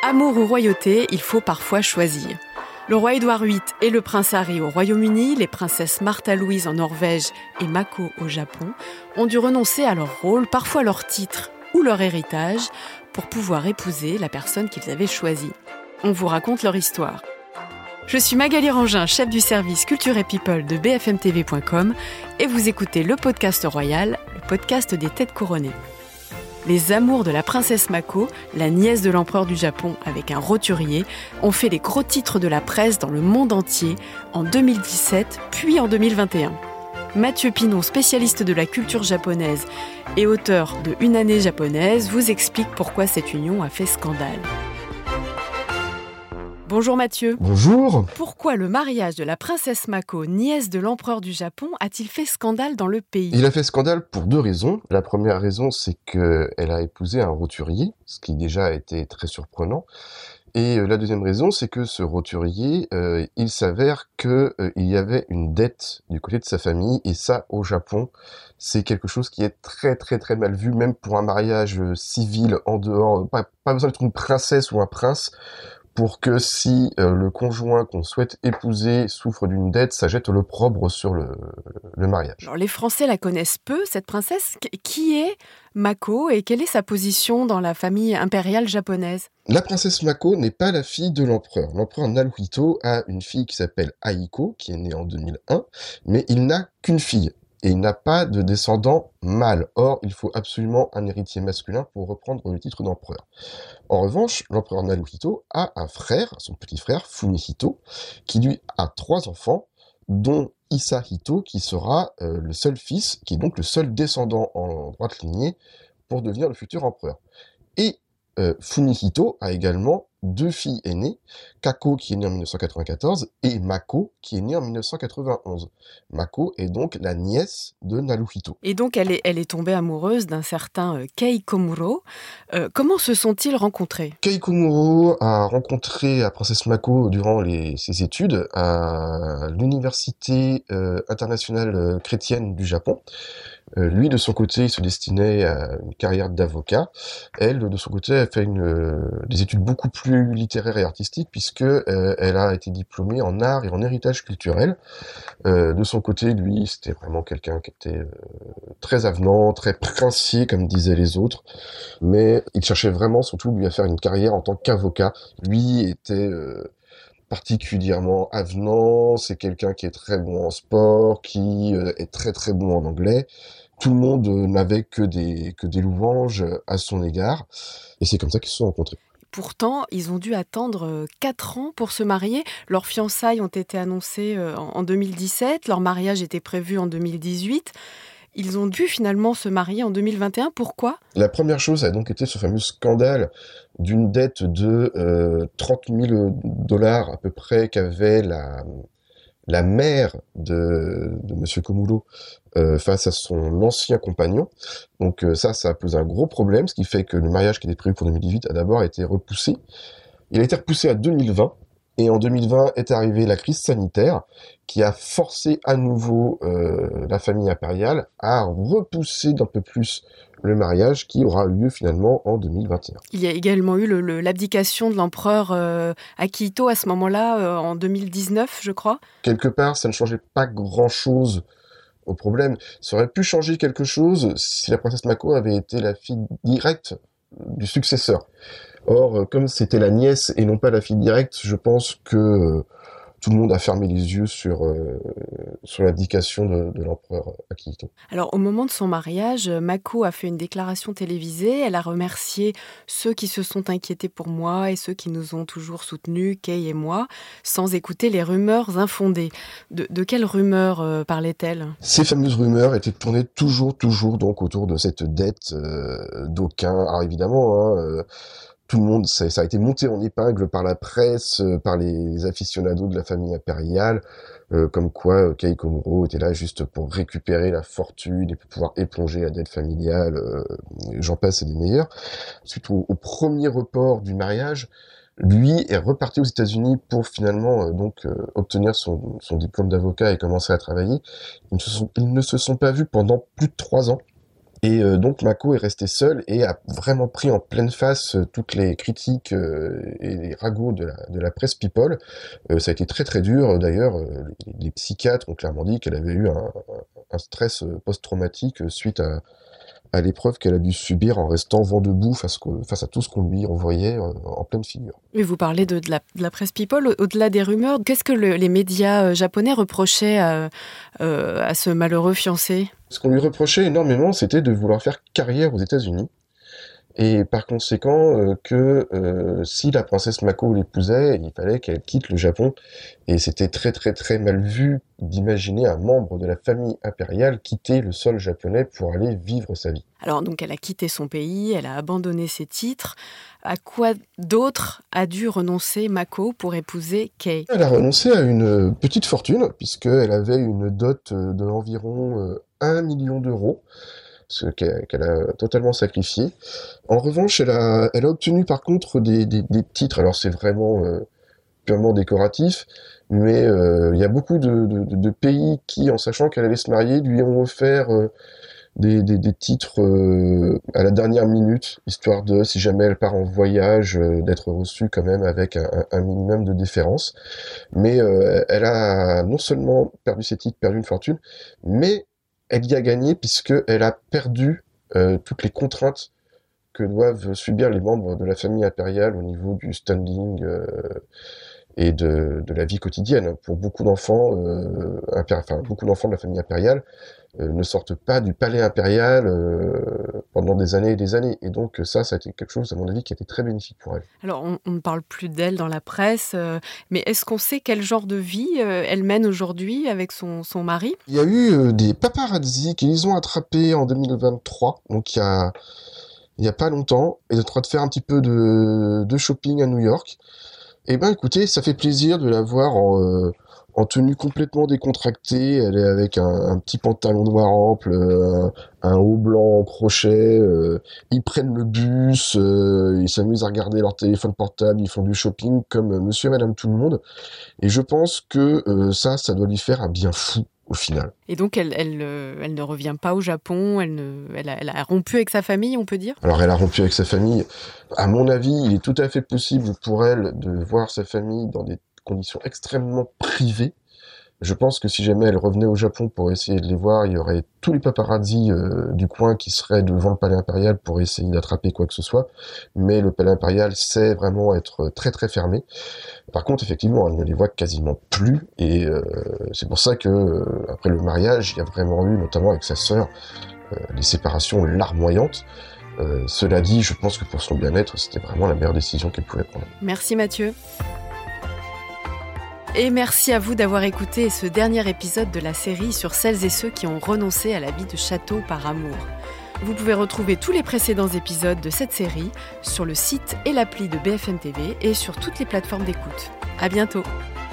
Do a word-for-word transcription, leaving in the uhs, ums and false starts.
Amour ou royauté, il faut parfois choisir. Le roi Édouard huit et le prince Harry au Royaume-Uni, les princesses Martha Louise en Norvège et Mako au Japon ont dû renoncer à leur rôle, parfois leur titre ou leur héritage, pour pouvoir épouser la personne qu'ils avaient choisie. On vous raconte leur histoire. Je suis Magali Rangin, chef du service Culture et People de b f m t v point com et vous écoutez le podcast royal, le podcast des têtes couronnées. Les amours de la princesse Mako, la nièce de l'empereur du Japon avec un roturier, ont fait les gros titres de la presse dans le monde entier en deux mille dix-sept puis en deux mille vingt et un. Mathieu Pinon, spécialiste de la culture japonaise et auteur de Une année japonaise, vous explique pourquoi cette union a fait scandale. Bonjour Mathieu. Bonjour. Pourquoi le mariage de la princesse Mako, nièce de l'empereur du Japon, a-t-il fait scandale dans le pays ? Il a fait scandale pour deux raisons. La première raison, c'est qu'elle a épousé un roturier, ce qui déjà a été très surprenant. Et la deuxième raison, c'est que ce roturier, euh, il s'avère qu'il euh, y avait une dette du côté de sa famille, et ça, au Japon, c'est quelque chose qui est très très très mal vu, même pour un mariage civil en dehors, pas, pas besoin d'être une princesse ou un prince, pour que si euh, le conjoint qu'on souhaite épouser souffre d'une dette, ça jette l'opprobre sur le, le mariage. Alors, les Français la connaissent peu, cette princesse. Qui est Mako et quelle est sa position dans la famille impériale japonaise ? La princesse Mako n'est pas la fille de l'empereur. L'empereur Naruhito a une fille qui s'appelle Aiko, qui est née en deux mille un, mais il n'a qu'une fille. Et il n'a pas de descendant mâle. Or, il faut absolument un héritier masculin pour reprendre le titre d'empereur. En revanche, l'empereur Naruhito a un frère, son petit frère, Fumihito, qui lui a trois enfants, dont Hisahito, qui sera euh, le seul fils, qui est donc le seul descendant en droite lignée pour devenir le futur empereur. Et euh, Fumihito a également deux filles aînées, Kako qui est née en dix-neuf cent quatre-vingt-quatorze et Mako qui est née en dix-neuf cent quatre-vingt-onze. Mako est donc la nièce de Naruhito. Et donc elle est, elle est tombée amoureuse d'un certain euh, Kei Komuro. Euh, comment se sont-ils rencontrés ? Kei Komuro a rencontré la princesse Mako durant les, ses études à l'université euh, internationale euh, chrétienne du Japon. Euh, lui, de son côté, il se destinait à une carrière d'avocat. Elle, de son côté, a fait une, euh, des études beaucoup plus littéraires et artistiques, puisque euh, elle a été diplômée en art et en héritage culturel. Euh, de son côté, lui, c'était vraiment quelqu'un qui était euh, très avenant, très princier, comme disaient les autres. Mais il cherchait vraiment, surtout, lui, à faire une carrière en tant qu'avocat. Lui était euh, particulièrement avenant, c'est quelqu'un qui est très bon en sport, qui euh, est très très bon en anglais. Tout le monde euh, n'avait que des, que des louanges à son égard, et c'est comme ça qu'ils se sont rencontrés. Pourtant, ils ont dû attendre quatre ans pour se marier. Leurs fiançailles ont été annoncées en deux mille dix-sept, leur mariage était prévu en deux mille dix-huit. Ils ont dû finalement se marier en deux mille vingt et un. Pourquoi ? La première chose a donc été ce fameux scandale d'une dette de euh, trente mille dollars à peu près qu'avait la, la mère de, de Monsieur Komuro euh, face à son ancien compagnon. Donc euh, ça, ça a posé un gros problème, ce qui fait que le mariage qui était prévu pour deux mille dix-huit a d'abord été repoussé. Il a été repoussé à deux mille vingt. Et en deux mille vingt est arrivée la crise sanitaire qui a forcé à nouveau euh, la famille impériale à repousser d'un peu plus le mariage qui aura lieu finalement en deux mille vingt et un. Il y a également eu le, le, l'abdication de l'empereur euh, Akihito à ce moment-là, euh, en deux mille dix-neuf, je crois. Quelque part, ça ne changeait pas grand-chose au problème. Ça aurait pu changer quelque chose si la princesse Mako avait été la fille directe du successeur. Or, comme c'était la nièce et non pas la fille directe, je pense que euh, tout le monde a fermé les yeux sur, euh, sur l'abdication de, de l'empereur Akihito. Alors, au moment de son mariage, Mako a fait une déclaration télévisée. Elle a remercié ceux qui se sont inquiétés pour moi et ceux qui nous ont toujours soutenus, Kei et moi, sans écouter les rumeurs infondées. De, de quelles rumeurs euh, parlait-elle ? Ces fameuses rumeurs étaient tournées toujours, toujours donc autour de cette dette euh, d'aucuns. Alors évidemment, hein, euh, tout le monde, ça, ça a été monté en épingle par la presse, euh, par les aficionados de la famille impériale, euh, comme quoi euh, Kei Komuro était là juste pour récupérer la fortune et pour pouvoir éponger la dette familiale, euh, j'en passe et des meilleurs. Suite au, au premier report du mariage, lui est reparti aux États-Unis pour finalement euh, donc euh, obtenir son, son diplôme d'avocat et commencer à travailler. Ils ne, se sont, ils ne se sont pas vus pendant plus de trois ans. Et euh, donc Mako est restée seule et a vraiment pris en pleine face euh, toutes les critiques euh, et les ragots de la, de la presse people. Euh, ça a été très très dur. D'ailleurs, euh, les, les psychiatres ont clairement dit qu'elle avait eu un, un stress post-traumatique suite à, à l'épreuve qu'elle a dû subir en restant vent debout face, face à tout ce qu'on lui envoyait euh, en pleine figure. Mais vous parlez de, de, la, de la presse people. Au-delà des rumeurs, qu'est-ce que le, les médias japonais reprochaient à, euh, à ce malheureux fiancé ? Ce qu'on lui reprochait énormément, c'était de vouloir faire carrière aux États-Unis. Et par conséquent, euh, que euh, si la princesse Mako l'épousait, il fallait qu'elle quitte le Japon. Et c'était très très très mal vu d'imaginer un membre de la famille impériale quitter le sol japonais pour aller vivre sa vie. Alors donc elle a quitté son pays, elle a abandonné ses titres. À quoi d'autre a dû renoncer Mako pour épouser Kei ? Elle a renoncé à une petite fortune, puisqu'elle avait une dot d'environ un million d'euros. Ce qu'elle, qu'elle a totalement sacrifié. En revanche, elle a, elle a obtenu par contre des, des, des titres. Alors c'est vraiment euh, purement décoratif, mais euh, il y a beaucoup de, de, de pays qui, en sachant qu'elle allait se marier, lui ont offert euh, des, des, des titres euh, à la dernière minute, histoire de, si jamais elle part en voyage, euh, d'être reçue quand même avec un, un minimum de déférence. Mais euh, elle a non seulement perdu ses titres, perdu une fortune, mais elle y a gagné puisqu'elle a perdu euh, toutes les contraintes que doivent subir les membres de la famille impériale au niveau du standing euh, et de, de la vie quotidienne. Pour beaucoup d'enfants, euh, impéri- enfin beaucoup d'enfants de la famille impériale euh, ne sortent pas du palais impérial euh, pendant des années et des années. Et donc ça, ça a été quelque chose, à mon avis, qui a été très bénéfique pour elle. Alors, on, on ne parle plus d'elle dans la presse, euh, mais est-ce qu'on sait quel genre de vie euh, elle mène aujourd'hui avec son, son mari ? Il y a eu euh, des paparazzi qui les ont attrapés en deux mille vingt-trois, donc il y a, il y a pas longtemps, et de train de faire un petit peu de, de shopping à New York. Eh ben, écoutez, ça fait plaisir de la voir en, euh, en tenue complètement décontractée. Elle est avec un, un petit pantalon noir ample, un, un haut blanc en crochet. Euh, ils prennent le bus, euh, ils s'amusent à regarder leur téléphone portable, ils font du shopping comme euh, monsieur et madame tout le monde. Et je pense que euh, ça, ça doit lui faire un bien fou au final. Et donc, elle, elle, euh, elle ne revient pas au Japon, elle, ne, elle, a, elle a rompu avec sa famille, on peut dire ? Alors, elle a rompu avec sa famille. À mon avis, il est tout à fait possible pour elle de voir sa famille dans des conditions extrêmement privées. Je pense que si jamais elle revenait au Japon pour essayer de les voir, il y aurait tous les paparazzis euh, du coin qui seraient devant le palais impérial pour essayer d'attraper quoi que ce soit. Mais le palais impérial sait vraiment être très très fermé. Par contre, effectivement, elle ne les voit quasiment plus. Et euh, c'est pour ça que euh, après le mariage, il y a vraiment eu, notamment avec sa sœur, euh, des séparations larmoyantes. Euh, cela dit, je pense que pour son bien-être, c'était vraiment la meilleure décision qu'elle pouvait prendre. Merci Mathieu. Et merci à vous d'avoir écouté ce dernier épisode de la série sur celles et ceux qui ont renoncé à la vie de château par amour. Vous pouvez retrouver tous les précédents épisodes de cette série sur le site et l'appli de B F M T V et sur toutes les plateformes d'écoute. À bientôt.